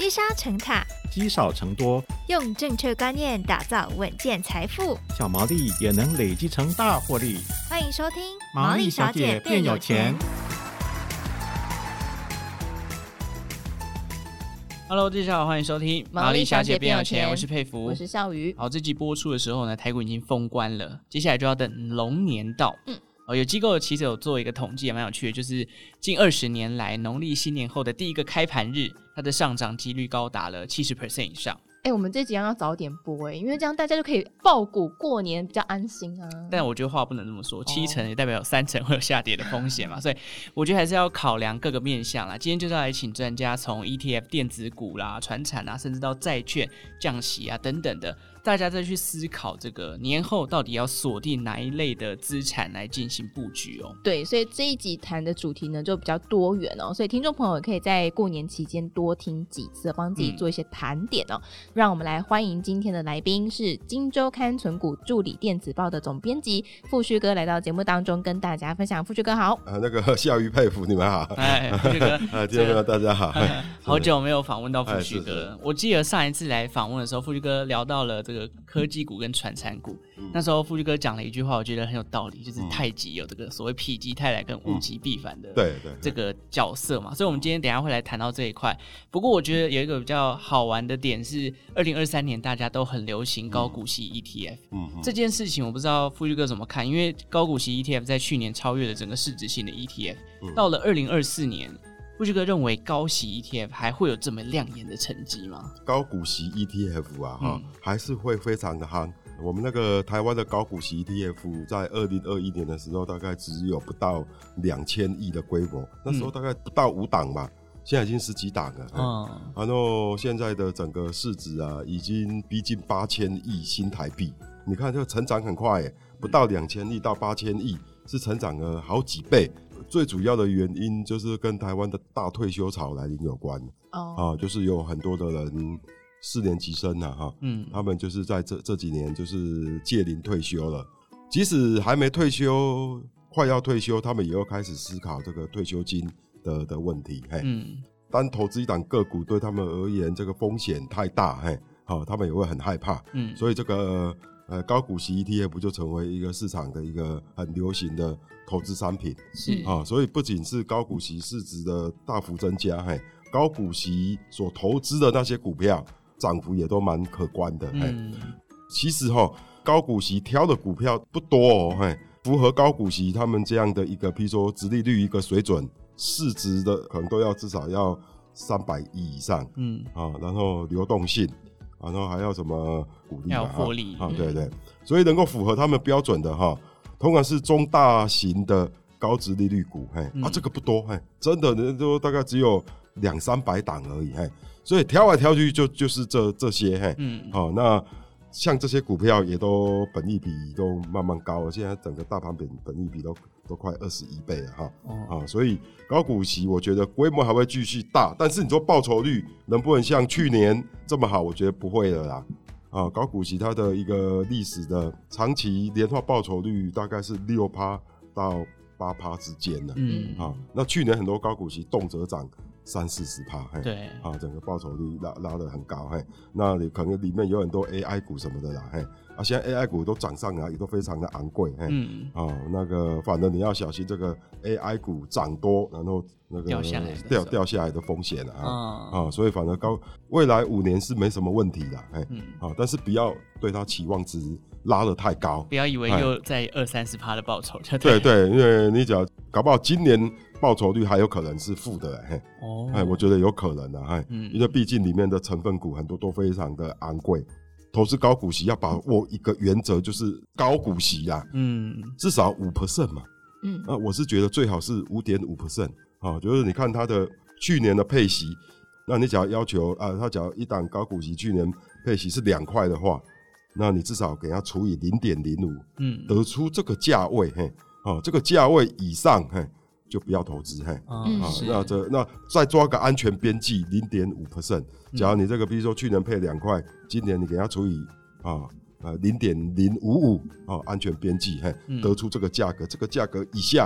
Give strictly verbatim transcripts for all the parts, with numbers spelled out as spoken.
积沙成塔， 积少成多， 用正确观念打造稳健财富， 小毛利也能累积成大获利。 欢迎收听毛利小姐变有钱。 Hello， 大家好，欢迎收听毛利小姐变有钱， 我是佩服， 我是孝瑜。 好，这集播出的时候呢，台股已经封关了，接下来就要等龙年到。嗯。哦，有机构其实有做一个统计，也蛮有趣的，就是近二十年来农历新年后的第一个开盘日，它的上涨几率高达了 百分之七十 以上。 哎、欸，我们这集要早点播哎、欸，因为这样大家就可以抱股过年，比较安心啊。 但我觉得话不能这么说，七成也代表有三成会有下跌的风险嘛，所以我觉得还是要考量各个面向啦。今天就是要来请专家从 E T F、电子股啦、传产啊，甚至到债券、降息啊等等的，大家再去思考这个年后到底要锁定哪一类的资产来进行布局哦。 对，所以这一集谈的主题呢就比较多元哦，所以听众朋友也可以在过年期间多听几次，帮自己做一些盘点哦。嗯、让我们来欢迎今天的来宾是今周刊存股助理电子报的总编辑富旭哥来到节目当中跟大家分享。富旭哥好。 啊，那个孝瑜佩服你们好。 哎，富旭哥， 啊，听众朋友大家好。 好久没有访问到富旭哥了。我记得上一次来访问的时候，富旭哥聊到了这个科技股跟传产股，嗯、那时候富旭哥讲了一句话，我觉得很有道理，就是太极有这个所谓否极泰来跟物极必反的这个角色嘛，所以我们今天等一下会来谈到这一块。不过我觉得有一个比较好玩的点是，二零二三年大家都很流行高股息 E T F，嗯嗯、这件事情我不知道富旭哥怎么看，因为高股息 E T F 在去年超越了整个市值性的 E T F，嗯、到了二零二四年。富旭哥认为高息 E T F 还会有这么亮眼的成绩吗？ 高股息 E T F 啊，嗯、还是会非常的夯。我们那个台湾的高股息 E T F 在二零二一年的时候，大概只有不到两千亿的规模，那时候大概不到五档吧，嗯、现在已经十几档了。嗯，然后现在的整个市值啊，已经逼近八千亿新台币。你看这个成长很快耶，不到两千亿到八千亿，是成长了好几倍。最主要的原因就是跟台湾的大退休潮来临有关。哦，啊，就是有很多的人四年级生啊，哈，嗯，他们就是在这这几年就是届龄退休了，即使还没退休，快要退休，他们也要开始思考这个退休金的的问题。嘿，嗯，单投资一档个股对他们而言，这个风险太大，嘿，好，他们也会很害怕。嗯，所以这个。呃，高股息 E T F 就成为一个市场的一个很流行的投资商品，是啊，所以不仅是高股息市值的大幅增加，嘿，高股息所投资的那些股票涨幅也都蛮可观的，嘿，嗯、其实哈，高股息挑的股票不多哦，嘿，符合高股息他们这样的一个，譬如说殖利率一个水准，市值的可能都要至少要三百亿以上，嗯啊，然后流动性。然后还要什么股利嘛？ 要获利啊，对对，所以能够符合他们标准的哈，通常是中大型的高殖利率股，嘿，嗯、啊，这个不多，嘿，真的人都大概只有两三百档而已，嘿，所以挑来挑去就就是这这些，嘿，嗯，好、哦，那像这些股票也都本益比都慢慢高了，现在整个大盘本本益比都都快二十一倍了哈，哦、啊，所以高股息我觉得规模还会继续大，但是你说报酬率能不能像去年这么好？我觉得不会了啦。啊，高股息它的一个历史的长期年化报酬率大概是百分之六到百分之八之间的，嗯，啊，那去年很多高股息动辄涨三四十趴，对，啊，整个报酬率拉拉得很高，嘿，那你可能里面有很多 A I 股什么的啦，嘿，啊，现在 A I 股都涨上来，也都非常的昂贵，嘿，嗯，啊，那个反正你要小心这个 A I 股涨多，然后那个掉下来掉掉下来的风险啊，啊，啊，所以反正高未来五年是没什么问题的，嘿，嗯，啊，但是不要对它期望值拉得太高， 不要以为又在二三十趴的报酬就对，对对，因为你只要搞不好今年报酬率还有可能是负的，嘿，哦，哎，我觉得有可能啊，嘿，嗯，因为毕竟里面的成分股很多都非常的昂贵，投资高股息要把握一个原则，就是高股息啦，嗯，至少 百分之五 嘛，嗯，啊，我是觉得最好是 百分之五点五，啊，就是你看它的去年的配息，那你只要要求啊，它只要一档高股息去年配息是两块的话，那你至少给它除以 零点零五， 嗯，得出这个价位，嘿，啊，这个价位以上，嘿，就不要投资，嘿，嗯，啊，那这那再抓个安全边际 零点五 假如你这个比如说去年配两块，今年你给它除以啊呃 零点零五五 啊安全边际，嘿，得出这个价格，这个价格以下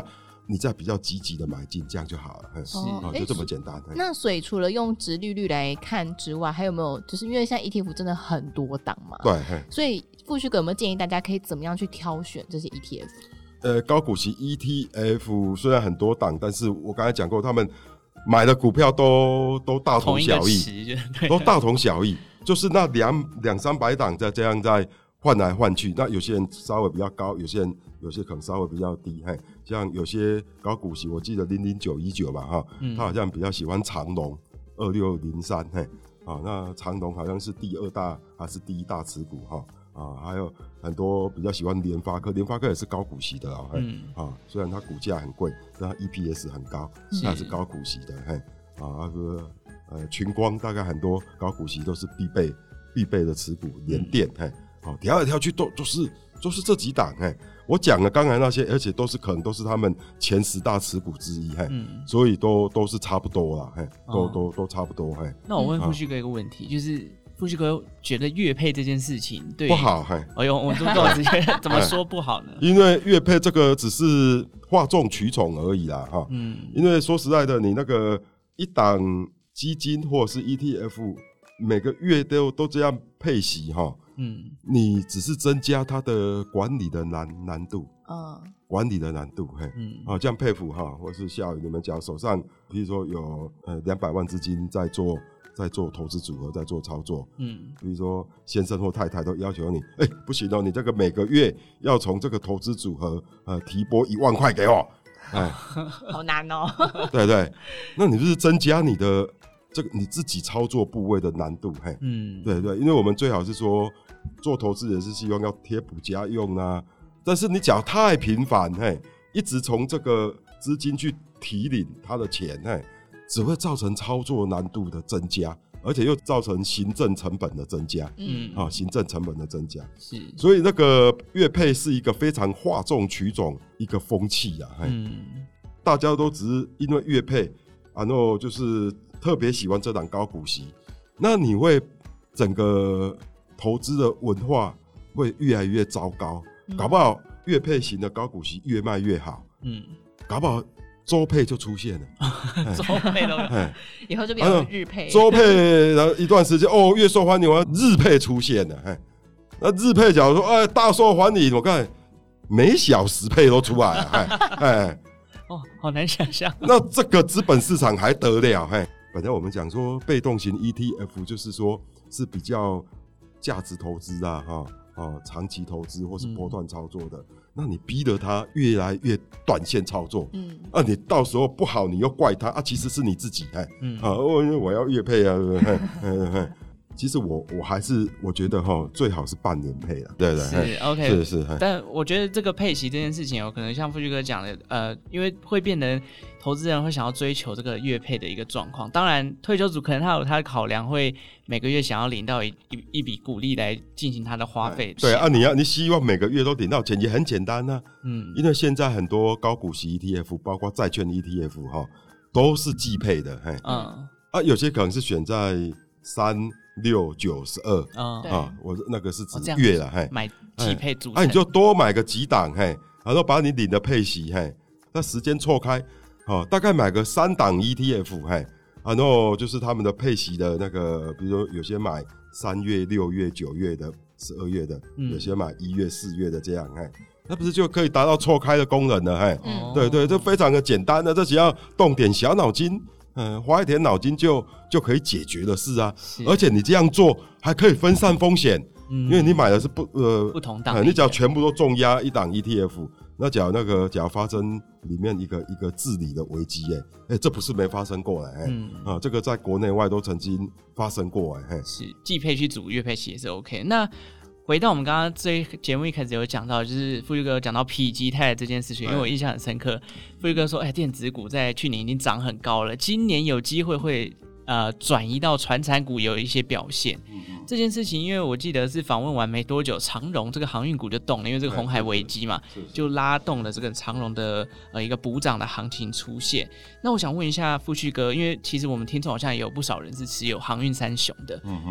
你再比较积极的买进，这样就好了。是、哦，就这么简单。 那所以除了用殖利率来看之外，还有没有就是因为现在 E T F 真的很多档嘛？ 对， 所以富旭哥有没有建议大家可以怎么样去挑选这些 E T F？ 呃，高股息 E T F 虽然很多档，但是我刚才讲过，他们买的股票都都大同小异，都大同小异，就是那两两三百档在这样在换来换去。那有些人稍微比较高，有些人有些可能稍微比较低。嘿，像有些高股息，我记得零零九一九吧，哈、嗯，他好像比较喜欢长荣二六零三，嘿，啊，那长荣好像是第二大还是第一大持股哈。啊，还有很多比较喜欢联发科，联发科也是高股息的啊、嗯，啊，虽然它股价很贵，但它 E P S 很高，它是高股息的，嘿，啊，这个呃群光大概很多高股息都是必备必备的持股，联电，嘿，好、啊，挑来挑去都都是都是这几档，嘿，我讲了刚才那些，而且都是可能都是他们前十大持股之一，嘿，嗯、所以都都是差不多啦，嘿，都、哦、都都差不多，嘿。 那我问富旭哥一个问题，就是。富旭哥觉得月配这件事情对不好， 哎呦，我们我直接怎么说不好呢？ 因为月配这个只是哗众取宠而已啦，哈，嗯，因为说实在的，你那个一档基金或者是 E T F， 每个月都都这样配息哈，嗯，你只是增加它的管理的难难度，嗯，管理的难度，嘿，嗯，啊，这样佩服哈，或是夏雨你们讲手上，比如说有呃两百万资金在做。在做投资组合，在做操作，嗯，比如说先生或太太都要求你，哎、欸，不行哦，你这个每个月要从这个投资组合呃提拨一万块给我，哎， 好难哦， 对对，那你就是增加你的这个你自己操作部位的难度，嘿，嗯，对对，因为我们最好是说做投资人是希望要贴补家用啊，但是你讲太频繁，嘿，一直从这个资金去提领他的钱，嘿。只会造成操作难度的增加，而且又造成行政成本的增加。嗯，啊，行政成本的增加。是，所以那个月配是一个非常哗众取宠一个风气啊。嗯，大家都只是因为月配，然后就是特别喜欢这档高股息，那你会整个投资的文化会越来越糟糕，嗯、搞不好月配型的高股息越卖越好。嗯，搞不好。周配就出现了， 周配都以后就变成日配。 周配然后一段时间哦，越受欢迎，我日配出现了。那日配假如说哎大受欢迎，我看每小时配都出来了。哎， 哦，好难想象。 那这个资本市场还得了？嘿，反正我们讲说被动型 E T F 就是说是比较价值投资啊，哈。哦，长期投资或是波段操作的，嗯、那你逼得他越来越短线操作，嗯，啊，你到时候不好，你又怪他啊，其实是你自己，哎，嗯，啊，我我要业配啊，对不对？其实我我还是我觉得哈，最好是半年配啦，对对是 OK， 是是。 但我觉得这个配息这件事情哦，可能像富旭哥讲的，呃，因为会变得投资人会想要追求这个月配的一个状况。当然，退休族可能他有他的考量，会每个月想要领到一一一笔股利来进行他的花费。 对啊，你要你希望每个月都领到钱也很简单啊，嗯，因为现在很多高股息 E T F， 包括债券 E T F 哈，都是季配的，嘿，嗯，啊，有些可能是选在三。六九十二啊，我那个是指月了，嘿， 买季配组成， 啊，你就多买个几档，嘿，然后把你领的配息，嘿，那时间错开，哦，大概买个三档 E T F， 嘿，然后就是他们的配息的那个，比如说有些买三月、六月、九月的、十二月的，嗯、有些买一月、四月的这样，嘿，那不是就可以达到错开的功能了，嘿，嗯、对对，这非常的简单的，这只要动点小脑筋。嗯，花一点脑筋就就可以解决的事啊，而且你这样做还可以分散风险，嗯、因为你买的是不呃不同档、 嗯，你只要全部都重压一档 E T F， 那假如那个假如发生里面一个一个治理的危机，哎哎，这不是没发生过哎，嗯啊，这个在国内外都曾经发生过哎， 是季配去组月配息也是 OK。那回到我们刚刚这节目一开始有讲到，就是富旭哥讲到否极泰这件事情，因为我印象很深刻。富旭哥说：“哎，电子股在去年已经涨很高了，今年有机会会呃转移到传产股有一些表现。嗯”这件事情，因为我记得是访问完没多久，长荣这个航运股就动了，因为这个红海危机嘛，就拉动了这个长荣的呃一个补涨的行情出现。那我想问一下富旭哥，因为其实我们听众好像也有不少人是持有航运三雄的。嗯嗯。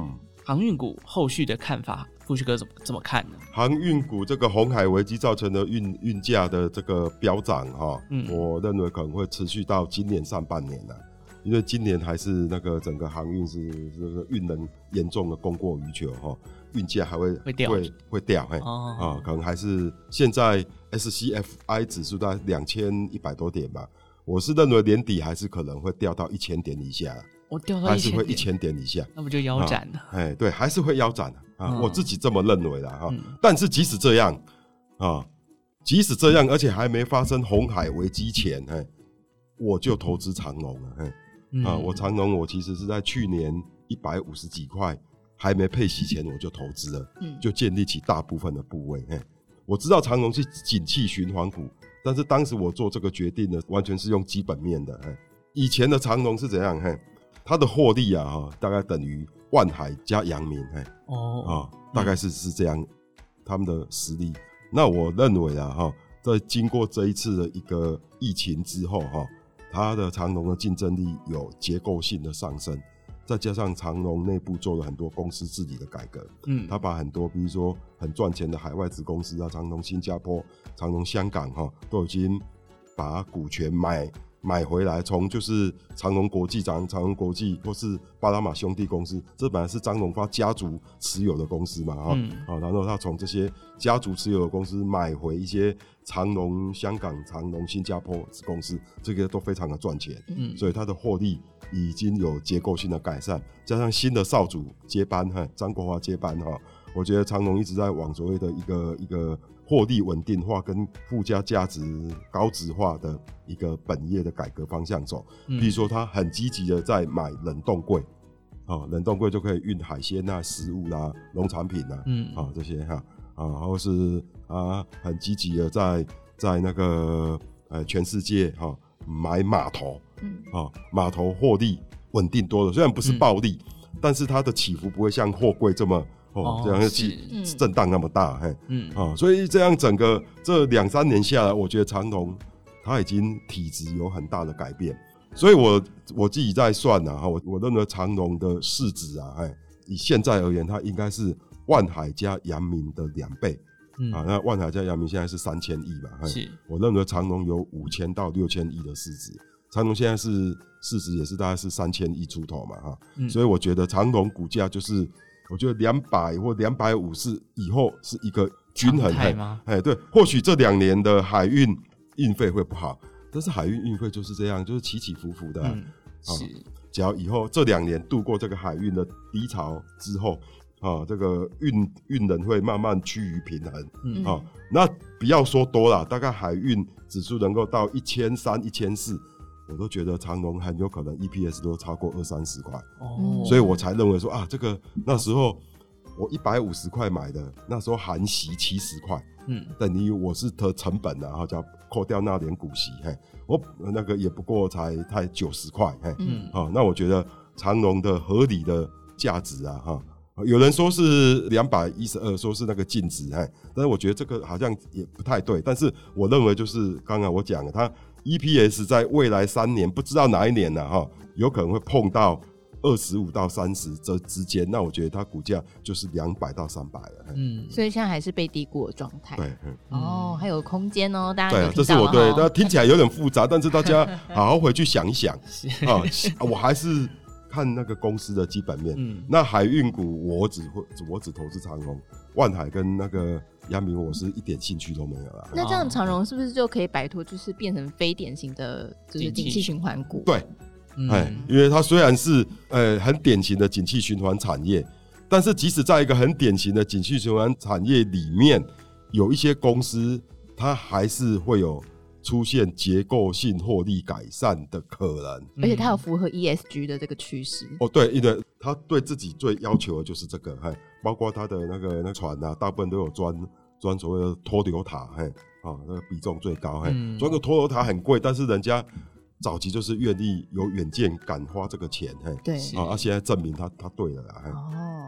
航运股后续的看法，富旭哥怎么怎么看呢？ 航运股这个红海危机造成的运运价的这个飙涨哈，嗯，我认为可能会持续到今年上半年了。因为今年还是那个整个航运是这个运能严重的供过于求哈，运价还会会掉会会掉，哎、哦、啊，可能还是现在 S C F I 指数在两千一百多点吧，我是认为年底还是可能会掉到一千点以下， 我、哦、掉到还是会一千点以下， 那不就腰斩了？ 哎、啊，对，还是会腰斩啊、嗯，我自己这么认为的哈、嗯。但是即使这样啊，即使这样，而且还没发生红海危机前，哎，我就投资长荣了，哎。嗯、啊，我长荣我其实是在去年一百五十几块还没配息前我就投资了，嗯，就建立起大部分的部位。嘿，我知道长荣是景气循环股，但是当时我做这个决定呢，完全是用基本面的。嘿，以前的长荣是怎样？嘿，它的获利啊，哈，大概等于万海加阳明，嘿，哦，啊，大概是、嗯、是这样，他们的实力。那我认为啊，哈，在经过这一次的一个疫情之后，哈。它的长荣的竞争力有结构性的上升，再加上长荣内部做了很多公司治理的改革，嗯，他把很多比如说很赚钱的海外子公司啊，长荣新加坡、长荣香港哈，都已经把股权买买回来，从就是长荣国际、长长荣国际或是巴拿马兄弟公司，这本来是张荣发家族持有的公司嘛，哈、嗯，啊，然后他从这些家族持有的公司买回一些长荣香港、长荣新加坡公司，这个都非常的赚钱，嗯，所以他的获利已经有结构性的改善，加上新的少主接班哈，张国华接班哈，我觉得长荣一直在往所谓的一个一个获利稳定化跟附加价值高质化的一个本业的改革方向走，嗯、比如说他很积极的在买冷冻柜，哦，冷冻柜就可以运海鲜啊、食物啊、农产品啊，嗯，啊这些哈，啊，或是啊很积极的在在那个呃全世界哈、啊、买码头，嗯，啊码头获利稳定多了，虽然不是暴利，嗯、但是它的起伏不会像货柜这么。哦，这样去震荡那么大，嘿，嗯，啊，所以这样整个这两三年下来，我觉得长荣它已经体质有很大的改变，所以我我自己在算啊，哈，我我认为长荣的市值啊，哎，以现在而言，它应该是万海加阳明的两倍，嗯，啊，那万海加阳明现在是三千亿嘛，是，我认为长荣有五千到六千亿的市值，长荣现在是市值也是大概是三千亿出头嘛，哈，嗯，所以我觉得长荣股价就是。我觉得两百或两百五是以后是一个均衡的，哎，对，或许这两年的海运运费会不好，但是海运运费就是这样，就是起起伏伏的、啊，嗯，是。只要以后这两年度过这个海运的低潮之后，啊，这个运运能会慢慢趋于平衡，嗯，啊，那不要说多了，大概海运指数能够到一千三、一千四。我都觉得长荣很有可能 E P S 都超过二三十块，哦，所以我才认为说啊，这个那时候我一百五十块买的，那时候含息七十块，嗯，等于我是的成本啊，然后就要扣掉那点股息，嘿，我那个也不过才才九十块，嘿，嗯，好，那我觉得长荣的合理的价值啊，哈，有人说是两百一十二，说是那个净值，嘿，但是我觉得这个好像也不太对，但是我认为就是刚刚我讲的，它。E P S 在未来三年不知道哪一年呢、啊、有可能会碰到二十五到三十这之间，那我觉得它股价就是两百到三百了。嗯， 所以现在还是被低估的状态。 对， 哦，还有空间哦，大家对、啊，这是我对，那听起来有点复杂，但是大家好好回去想一想啊，我还是看那个公司的基本面。嗯，那海运股我只会我只投资长荣、万海跟那个。阳明我是一点兴趣都没有啦。 那这样长荣是不是就可以摆脱，就是变成非典型的，就是景气循环股？ 对，哎、嗯，因为它虽然是呃很典型的景气循环产业，但是即使在一个很典型的景气循环产业里面，有一些公司它还是会有出现结构性获利改善的可能， 而且它有符合 E S G 的这个趋势。 哦，对，因为它对自己最要求的就是这个，嘿，包括它的那个那船啊，大部分都有钻钻所谓的脱硫塔，嘿，啊，那个比重最高，嘿，嗯、钻个脱硫塔很贵，但是人家早期就是愿意有远见，敢花这个钱，嘿， 对， 啊，啊现在证明他他对了啦，嘿。 哦。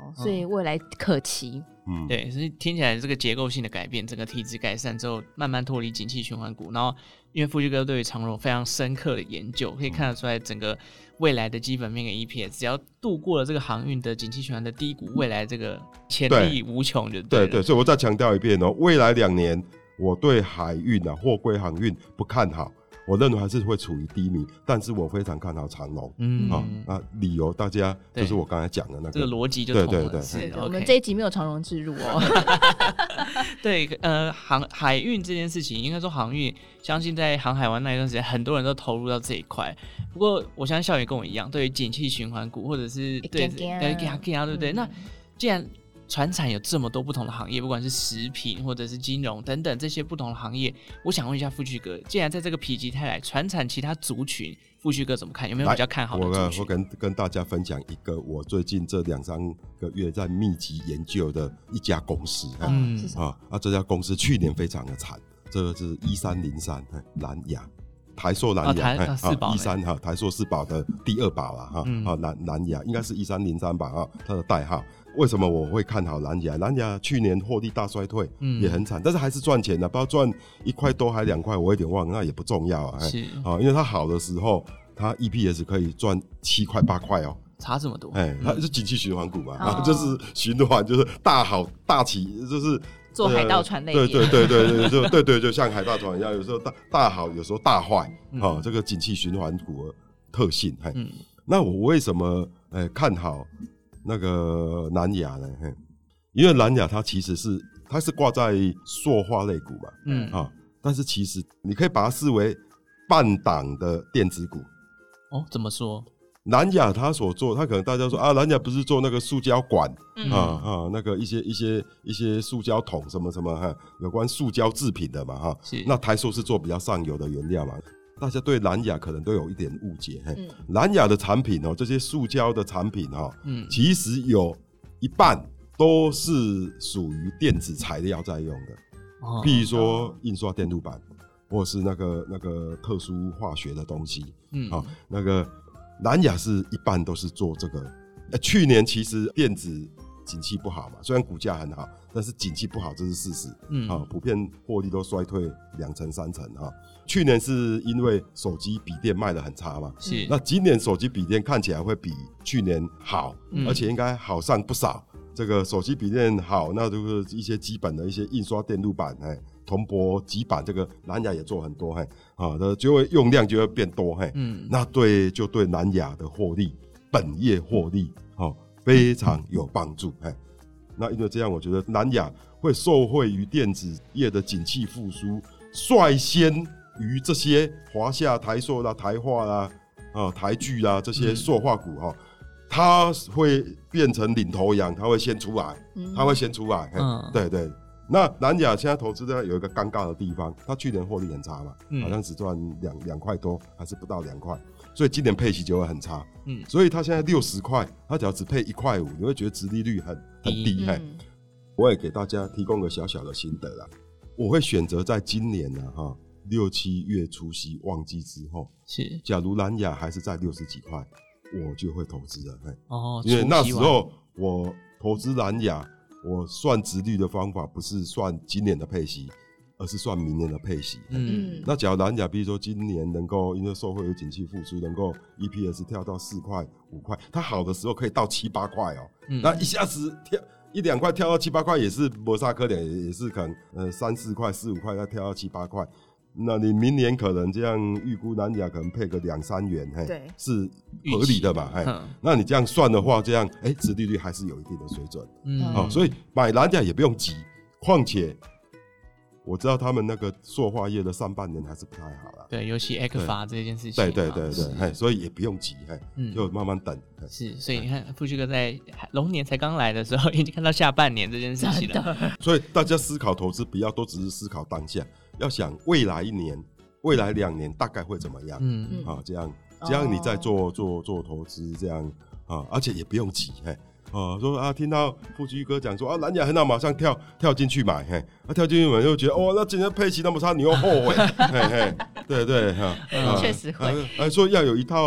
哦，所以未来可期。 嗯，对，所以听起来这个结构性的改变，整个体质改善之后，慢慢脱离景气循环股，然后因为富旭哥对于长荣非常深刻的研究，可以看得出来整个未来的基本面跟 E P S， 只要度过了这个航运的景气循环的低谷，未来这个潜力无穷就对了。 对对，所以我再强调一遍哦，未来两年我对海运啊、货柜航运不看好。我认为还是会处于低迷，但是我非常看好长荣。嗯，啊，那理由大家就是我刚才讲的那个， 这个逻辑就通了。 对对对， 是对对，我们这一集没有长荣置入哦。 对，呃，航海运这件事情，应该说航运，相信在航海湾那一段时间，很多人都投入到这一块。不过，我相信校园跟我一样，对于景气循环股或者是对对对不对？那既然传产有这么多不同的行业，不管是食品或者是金融等等这些不同的行业，我想问一下富旭哥，既然在这个否极泰来，传产其他族群，富旭哥怎么看？有没有比较看好的族群？ 我我跟跟大家分享一个我最近这两三个月在密集研究的一家公司。嗯啊啊，这家公司去年非常的惨，这个是一三零三南亚。台塑南亚， 哦、四宝一三哈，台塑四宝的第二宝了哈，嗯、啊南南亚应该是一三零三吧哈，它的代号。为什么我会看好南亚？南亚去年获利大衰退，嗯、也很惨，但是还是赚钱的，不知道赚一块多还两块，我有点忘了，那也不重要啊。 是啊，因为它好的时候，它 E P S 可以赚七块八块哦。 差这么多， 哎，它是景气循环股嘛，嗯、就是循环，就是大好大起，就是做海盗船类， 对对对对对，就对对，就像海盗船一样，有时候大大好，有时候大坏，嗯哦、这个景气循环股的特性。嗯、那我为什么哎看好那个南亚呢？因为南亚它其实是它是挂在塑化类股嘛，嗯啊，但是其实你可以把它视为半档的电子股。 哦，怎么说？ 南亚他所做，他可能大家说啊，南亚不是做那个塑胶管、嗯、啊啊，那个一些一些一些塑胶桶什么什么哈，有关塑胶制品的嘛哈。那台塑是做比较上游的原料嘛，大家对南亚可能都有一点误解。嗯、南亚的产品哦，这些塑胶的产品哦，嗯、其实有一半都是属于电子材料在用的，哦、譬如说印刷电路板，或是那个那个特殊化学的东西，嗯，啊，那个。南亚是一半都是做这个，欸、去年其实电子景气不好嘛，虽然股价很好，但是景气不好这是事实，嗯，啊，普遍获利都衰退两成三成哈。去年是因为手机笔电卖得很差嘛，是，那今年手机笔电看起来会比去年好，嗯、而且应该好上不少。这个手机笔电好，那就是一些基本的一些印刷电路板，哎。铜箔基板这个南亚也做很多，嘿，啊，就会用量就会变多，嘿，嗯，那对就对南亚的获利、本业获利，哦，非常有帮助，嘿，那因为这样，我觉得南亚会受惠于电子业的景气复苏，率先于这些华夏、台塑啦、台化啦、啊台聚啦这些塑化股，哈、哦，它会变成领头羊，它会先出来，它会先出来，嗯，对对。那南亚现在投资呢有一个尴尬的地方，它去年获利很差嘛，嗯、好像只赚两两块多，还是不到两块，所以今年配息就会很差。嗯，所以它现在六十块，它只要只配一块五，你会觉得殖利率很很低。嗯、我也给大家提供个小小的心得啦，我会选择在今年呢哈六七月除夕旺季之后，是假如南亚还是在六十几块，我就会投资了。哦，因为那时候我投资南亚。我算殖利率的方法不是算今年的配息，而是算明年的配息。嗯，那假如南亚比如说今年能够因为受惠于景气复苏，能够 E P S 跳到四块五块，它好的时候可以到七八块哦。嗯、那一下子跳一两块跳到七八块也是没啥可能，也是可能呃三四块四五块再跳到七八块。那你明年可能这样预估南亚可能配个两三元，嘿，对，是合理的吧？嘿，那你这样算的话，这样哎，殖利率还是有一定的水准，嗯，好、哦，所以买南亚也不用急，况且我知道他们那个塑化业的上半年还是不太好啦， 对，尤其 E C F A 这件事情， 对对对对，嘿，所以也不用急，嘿，嗯，就慢慢等。 是，所以你看，富旭哥在龙年才刚来的时候，已经看到下半年这件事情了。 所以大家思考投资，不要都只是思考当下，要想未来一年、未来两年大概会怎么样。嗯嗯，啊，这样这样你再做做做投资，这样啊，而且也不用急，嘿。哦，说啊，听到富旭哥讲说啊，南亚很好，马上跳跳进去买，嘿，啊，跳进去买又觉得哦，那今天配息那么差，你又后悔，嘿嘿，对对哈， 确、嗯、实会， 哎、啊，说要有一套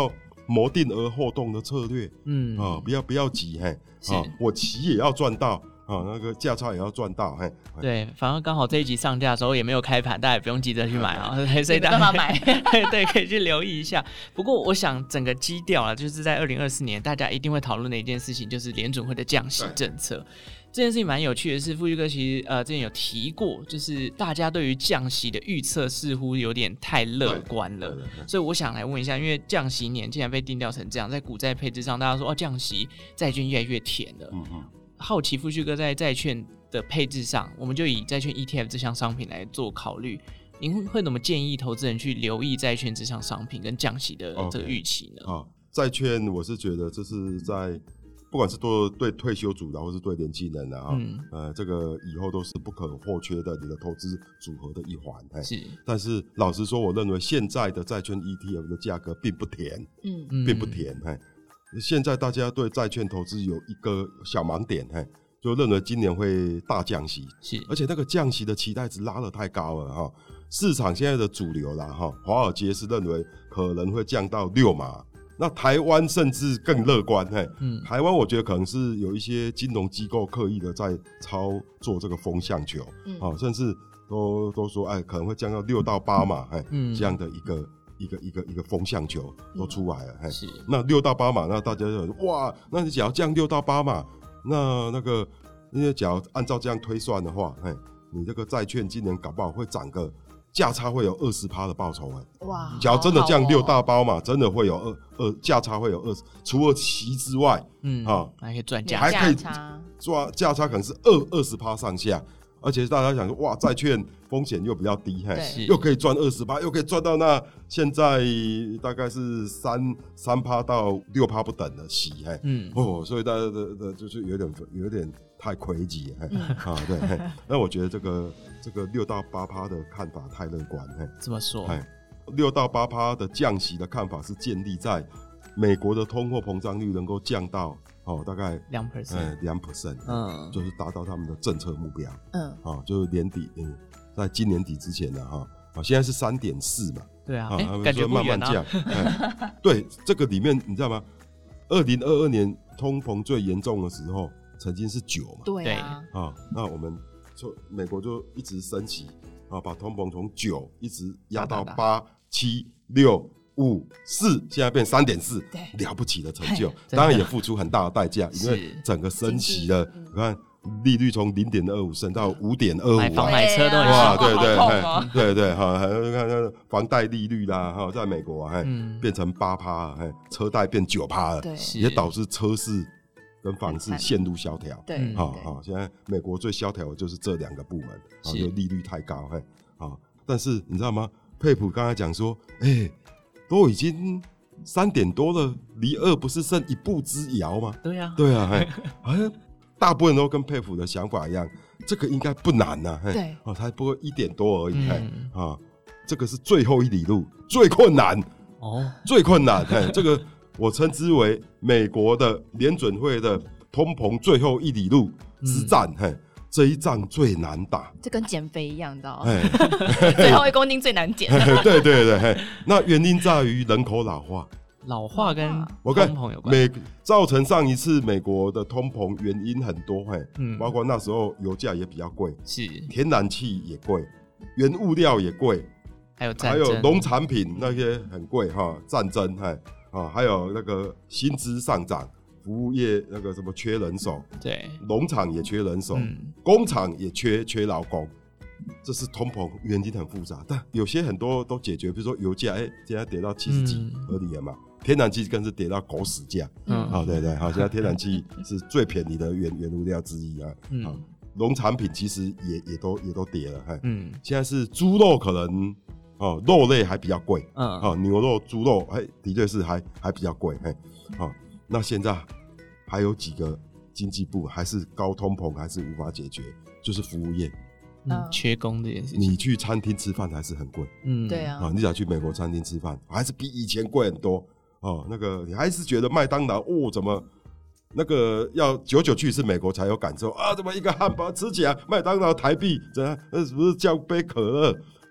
谋定而后动的策略， 嗯啊、不要不要急，嘿，啊，我骑也要赚到。啊，那个价差也要赚到，嘿， 对，反正刚好这一集上架的时候也没有开盘，大家也不用急着去买啊，所以大家买， 对，可以去留意一下。不过我想整个基调啊，就是在二零二四年，大家一定会讨论的一件事情，就是联准会的降息政策。这件事情蛮有趣的是，富旭哥其实呃之前有提过，就是大家对于降息的预测似乎有点太乐观了，所以我想来问一下，因为降息年既然被定调成这样，在股债配置上，大家说哦降息，债券越来越甜了。嗯嗯，好奇富旭哥在债券的配置上，我们就以债券 E T F 这项商品来做考虑，您会怎么建议投资人去留意债券这项商品跟降息的这个预期呢？ okay. 啊，债券我是觉得这是在不管是对对退休族的，或是对年轻人的啊，嗯、呃，这个以后都是不可或缺的你的投资组合的一环。是，但是老实说，我认为现在的债券 E T F 的价格并不甜，嗯，并不甜。嘿，现在大家对债券投资有一个小盲点，嘿，就认为今年会大降息，是，而且那个降息的期待值拉得太高了哈。市场现在的主流啦哈，华尔街是认为可能会降到六码。那台湾甚至更乐观，嘿，嗯，台湾我觉得可能是有一些金融机构刻意的在操作这个风向球，嗯，啊，甚至都都说，哎，可能会降到六到八码，哎，嗯，这样的一个一个一个一个风向球都出来了，嗯，是。那六到八码，那大家就说，哇，那你只要降六到八码，那那个，因为只要按照这样推算的话，哎，你这个债券今年搞不好会涨个。价差会有 百分之二十 的报酬，哎，哇！只要真的降六大包嘛，真的会有二二价差会有二十，除了息之外，嗯啊， 还可以赚价， 还可以抓价差可能是二二十趴上下，而且大家想说，哇，债券风险又比较低，嘿，又可以赚二十趴，又可以赚到那现在大概是三三趴到六趴不等的息，嘿，嗯哦，所以大家的的就是有点有点。太亏极，嗯，啊，对，那我觉得这个这个六到八趴的看法太乐观， 怎么说？ 六到八趴的降息的看法是建立在美国的通货膨胀率能够降到哦大概两 percent， 两 percent， 嗯，就是达到他们的政策目标，嗯，啊，就是年底，嗯，在今年底之前呢，哈，啊，现在是三点四嘛， 对啊，欸、感觉慢慢降，哎，对，这个里面你知道吗？二零二二年通膨最严重的时候。曾经是九嘛， 对啊， 啊，那我们就美国就一直升息啊，把通膨从九一直压到八、七、六、五、四，现在变三点四，了不起的成就，当然也付出很大的代价，因为整个升息的，你看利率从零点二五升到五点二五， 买房买车都很哇，对对对对对，哈，看看房贷利率啦，哈，在美国啊，变成八趴，车贷变九趴了，也导致车市。跟房市陷入萧条， 对， 好好，现在美国最萧条的就是这两个部门，啊，就利率太高，嘿，啊，但是你知道吗？佩普刚才讲说，哎、欸，都已经三点多了，离二不是剩一步之遥吗？ 对呀、啊， 对啊，哎，好像大部分都跟佩普的想法一样，这个应该不难呐、啊， 对， 哦，才不过一点多而已，哎、嗯，啊，这个是最后一里路，最困难，哦，最困难，哎，这个。我称之为美国的联准会的通膨最后一里路之战，嗯、这一仗最难打， 这跟减肥一样，你知道吗？最后一公斤最难减。 对对对，那原因在于人口老化， 老化跟通膨有关。 美造成上一次美国的通膨原因很多，嗯、包括那时候油价也比较贵， 是天然气也贵，原物料也贵， 还有战还有农产品那些很贵哈，战争哈。啊，还有那个薪资上涨，服务业那个什么缺人手， 对， 农场也缺人手，嗯、工厂也缺缺劳工，这是通膨原因很复杂，但有些很多都解决，比如说油价，哎、欸，现在跌到七十几，合理了嘛？天然气更是跌到狗屎价，嗯，啊，对对，好，现在天然气是最便宜的原原物料之一啊，嗯，好，农产品其实也也都也都跌了，嗯，现在是猪肉可能。哦，肉类还比较贵，嗯，哦，牛肉、猪肉，哎，的确是还还比较贵，哎，好、哦，那现在还有几个经济部还是高通膨还是无法解决，就是服务业， 嗯，缺工这件事情。 你去餐厅吃饭还是很贵， 嗯，对啊， 啊、哦，你想去美国餐厅吃饭，还是比以前贵很多，哦，那个你还是觉得麦当劳，哦，怎么那个要久久去一次美国才有感受啊？怎么一个汉堡吃起来麦当劳台币怎样？那是不是叫杯可乐？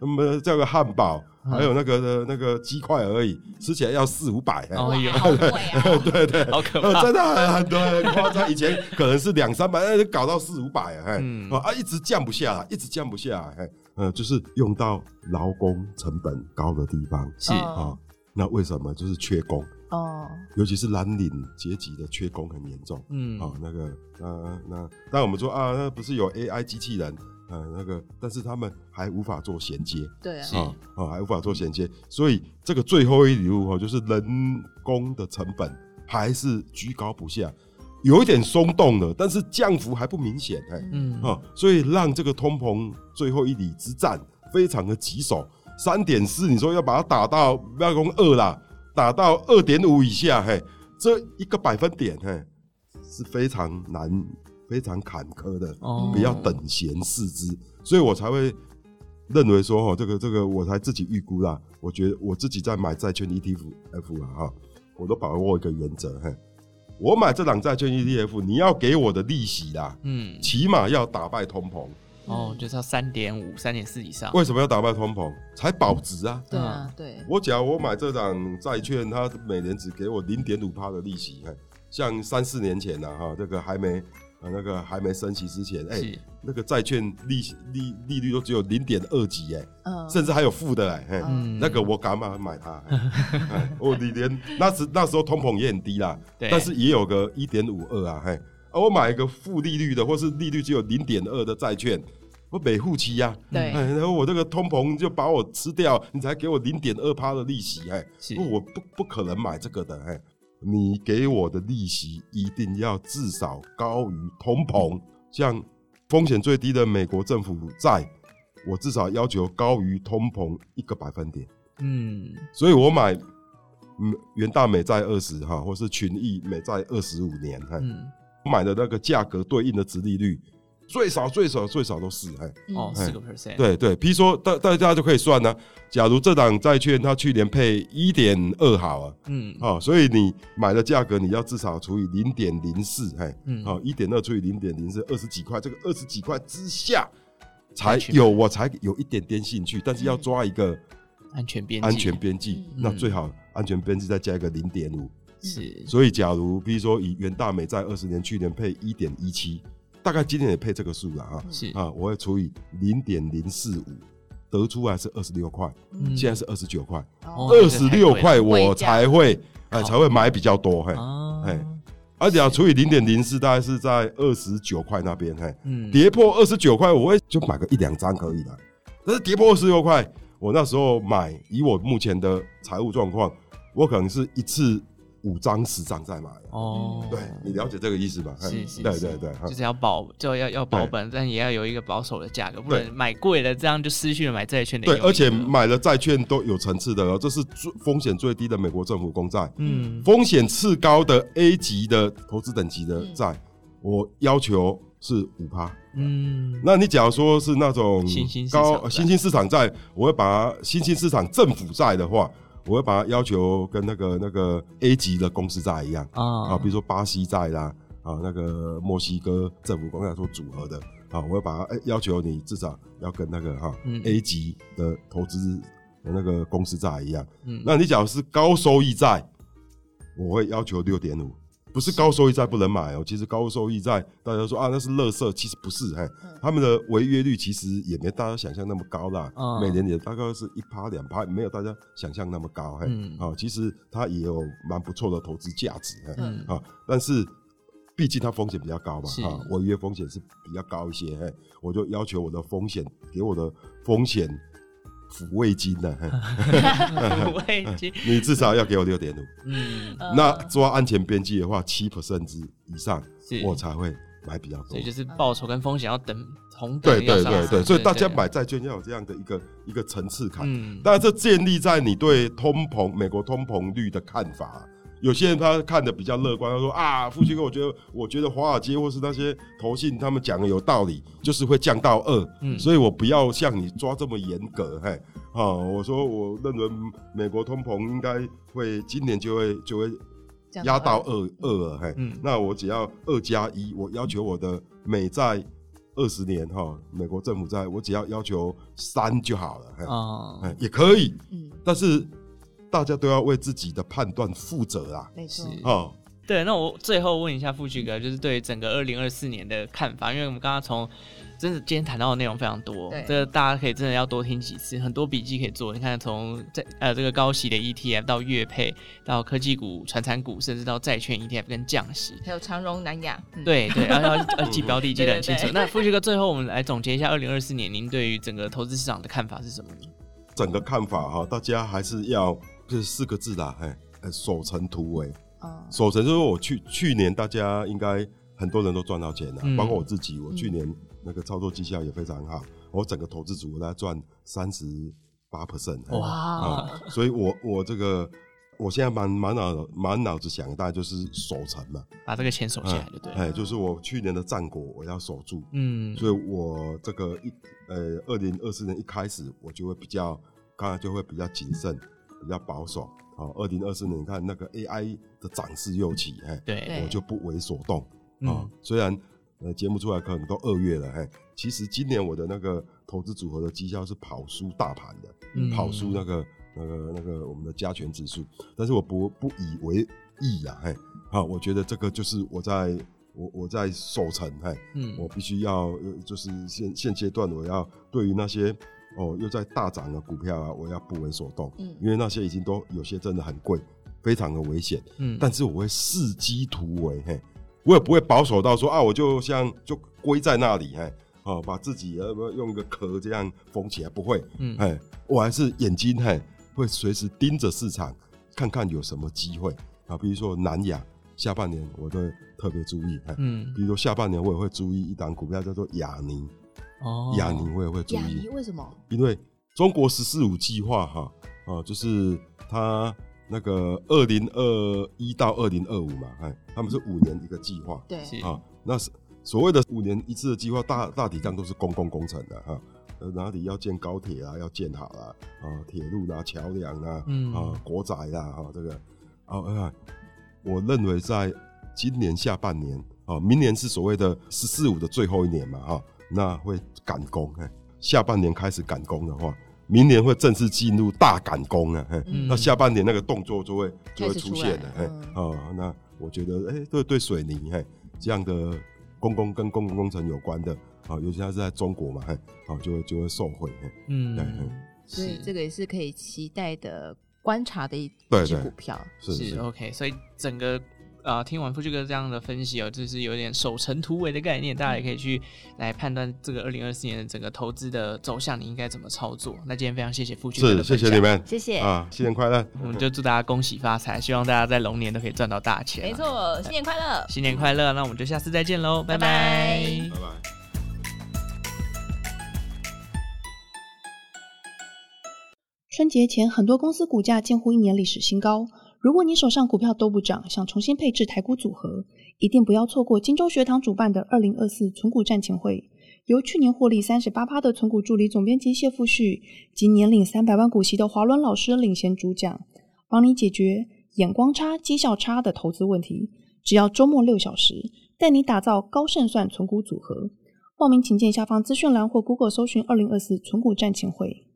那么叫个汉堡，还有那个那个鸡块而已，吃起来要四五百。 哦哟， 好贵啊！ 对对， 好可怕， 真的很很多很夸张。以前可能是两三百，搞到四五百，哎， 嗯啊，一直降不下来，一直降不下来，呃，就是用到劳工成本高的地方是啊。那为什么就是缺工？ 哦， 尤其是蓝领阶级的缺工很严重。 嗯， 啊，那个，那那，但我们说啊，那不是有 A I 机器人，呃，那个，但是他们还无法做衔接， 对啊， 啊啊，还无法做衔接，所以这个最后一里路哈，就是人工的成本还是居高不下，有一点松动了，但是降幅还不明显，哎， 嗯啊，所以让这个通膨最后一里之战非常的棘手，三点四，你说要把它打到不要说二啦。打到 二点五 以下，嘿，这一个百分点，嘿，是非常难、非常坎坷的， 哦不要等闲视之，所以我才会认为说，哈，这个这个，我才自己预估啦。我觉得我自己在买债券 E T F 啊，哈，我都把握一个原则，嘿，我买这档债券 E T F， 你要给我的利息啦，嗯，起码要打败通膨。 哦，就是要三点五、三点四以上。 为什么要打败通膨？才保值啊！ 对啊，对。 我假如我买这档债券，它每年只给我零点五趴的利息，像三四年前呐、啊，哈，这个还没呃那个还没升息之前，哎、欸，那个债券利利利率都只有零点二几，哎，嗯，甚至还有负的，哎、嗯，那个我敢买买它，我你连那时那时候通膨也很低啦，但是也有个一点五二啊，嘿。啊、我买一个负利率的，或是利率只有零点二的债券，我没付期呀，对，然后我这个通膨就把我吃掉，你才给我零点二趴的利息，哎，我不不可能买这个的，哎，你给我的利息一定要至少高于通膨，像风险最低的美国政府债，我至少要求高于通膨一个百分点，嗯，所以我买元大美债二十哈，或是群益美债二十五年，嗯。买的那个价格对应的殖利率最少最少最少都是哎哦四个 percent 对对，譬如说大大家就可以算呢、啊。假如这档债券它去年配一点二好啊，嗯，好、哦，所以你买的价格你要至少除以零点零四，哎，嗯，好，一点二除以零点零四，二十几块，这个二十几块之下才有我才有一点点兴趣，但是要抓一个安全边际， 安全边际，嗯、那最好安全边际再加一个零点五。 是， 所以假如比如说以元大美债二十年去年配一点一七，大概今年也配这个数了啊。是啊，我会除以零点零四五，得出来是二十六块，现在是二十九块，二十六块我才会哎才会买比较多，嘿，哎，而且要除以零点零四，大概是在二十九块那边，嘿，嗯，跌破二十九块，我会就买个一两张可以了。但是跌破二十六块，我那时候买，以我目前的财务状况，我可能是一次。五张十张再买哦，对，你了解这个意思吧？ 是是， 对对对， 就是要保，就要要保本，但也要有一个保守的价格，不能买贵了，这样就失去了买债券的。 对，而且买了债券都有层次的哦，这是风险最低的美国政府公债，嗯，风险次高的 A 级的投资等级的债，我要求是五趴，嗯，那你假如说是那种高新兴市场债，我会把它新兴市场政府债的话。我会把它要求跟那个那个 A 级的公司债一样啊，比如说巴西债啦，啊那个墨西哥政府公债做组合的啊，我会把它、欸、要求你至少要跟那个哈、啊嗯、A 级的投资的那个公司债一样。嗯，那你假如是高收益债，我会要求 六点五。不是高收益债不能买哦，其实高收益债大家说啊那是垃圾，其实不是，嘿，他们的违约率其实也没大家想象那么高啦，嗯、每年也大概是一趴两趴，没有大家想象那么高，嘿，嗯啊、其实它也有蛮不错的投资价值，嘿，嗯啊，但是毕竟它风险比较高嘛，啊，违约风险是比较高一些，嘿，我就要求我的风险给我的风险。抚慰金的， 抚慰金， 你至少要给我六点五。嗯，那抓安全边际的话，七 percent 之以上，我才会买比较多。 所以就是报酬跟风险要等同等。 对对对对，所以大家买债券要有这样的一个一个层次感。嗯，当然这建立在你对通膨美国通膨率的看法。有些人他看的比较乐观，他说啊，富旭哥，我觉得我觉得华尔街或是那些投信他们讲的有道理，就是会降到二、嗯，所以我不要像你抓这么严格，嘿，啊，我说我认为美国通膨应该会今年就会就会压到二二了，嘿、嗯，那我只要二加一，我要求我的美债二十年哈，美国政府在我只要要求三就好了， 哦， 也可以， 嗯， 但是大家都要为自己的判断负责啊， 没错， 哦。 对，那我最后问一下富旭哥，就是对整个二零二四年的看法，因为我们刚刚从真的今天谈到的内容非常多，这个大家可以真的要多听几次，很多笔记可以做。你看，从在呃这个高息的 E T F 到月配，到科技股、传产股，甚至到债券 E T F 跟降息， 还有长荣、南亚，嗯、 对对，然后要要记标的记得很清楚。对对对，那富旭哥最后我们来总结一下二零二四年您对于整个投资市场的看法是什么呢？ 整个看法哈，大家还是要就是四个字啦，哎，守成突围。守成就是我去去年大家应该很多人都赚到钱了，嗯、包括我自己，我去年那个操作绩效也非常好，我整个投资组大概赚三十八 percent， 哇、嗯！所以我我这个我现在满满脑满脑子想的大概就是守成嘛， 把这个钱守起来就对了。哎、 嗯，就是我去年的战果我要守住， 嗯， 所以我这个一呃二零二四年一开始我就会比较，刚才就会比较谨慎，比较保守。好，二零二四年你看那个 A I 的涨势又起，对，我就不为所动啊、嗯。虽然呃节目出来可能都二月了，哎，其实今年我的那个投资组合的绩效是跑输大盘的，嗯、跑输那个那个那个我们的加权指数，但是我不不以为意啊，哎，好，我觉得这个就是我在我我在守成，哎，嗯，我必须要就是现现阶段我要对于那些。哦，又在大涨的股票啊，我要不为所动，嗯，因为那些已经都有些真的很贵，非常的危险，嗯，但是我会伺机突围，嘿，我也不会保守到说啊，我就像就归在那里，嘿，哦，把自己用一个壳这样封起来，不会，嗯，嘿，我还是眼睛嘿会随时盯着市场，看看有什么机会啊，比如说南亚下半年我都会特别注意，嗯，比如说下半年我也会注意一档股票叫做亚尼。哦，亚尼我也会注意。亚尼为什么？ 因为中国“十四五”计划哈，啊，就是它那个二零二一到二零二五嘛，哎，他们是五年一个计划。 对， 啊，那所谓的五年一次的计划，大大体上都是公共工程的哈，呃，哪里要建高铁啊，要建好啦，啊，铁路啦、桥梁啦，嗯，啊，国宅啦，哈，这个，啊，啊，我认为在今年下半年，啊，明年是所谓的“十四五”的最后一年嘛，哈。那会赶工，下半年开始赶工的话，明年会正式进入大赶工啊！嗯、那下半年那个动作就会就会出现了，嗯哦、那我觉得，哎、欸，对对，水泥这样的公共跟公共工程有关的，啊，尤其它是在中国嘛，啊，就会就会受惠，嗯，对， 所以这个也是可以期待的观察的一只股票， 是是 OK， 所以整个。呃，听完富旭哥这样的分析哦，就是有点守成突围的概念，大家也可以去来判断这个二零二四年的整个投资的走向，你应该怎么操作。那今天非常谢谢富旭哥的分享， 是谢谢你们， 谢谢啊，新年快乐！ 我们就祝大家恭喜发财，希望大家在龙年都可以赚到大钱。 没错，新年快乐， 新年快乐！那我们就下次再见喽，拜拜， 拜拜。 春节前，很多公司股价近乎一年历史新高。如果你手上股票都不涨，想重新配置台股组合，一定不要错过金州学堂主办的二零二四存股战前会。由去年获利 百分之三十八 的存股助理总编辑谢富旭及年领三百万股息的华伦老师领衔主讲，帮你解决眼光差、绩效差的投资问题。只要周末六小时，带你打造高胜算存股组合。报名请见下方资讯栏或 Google 搜寻二零二四存股战前会。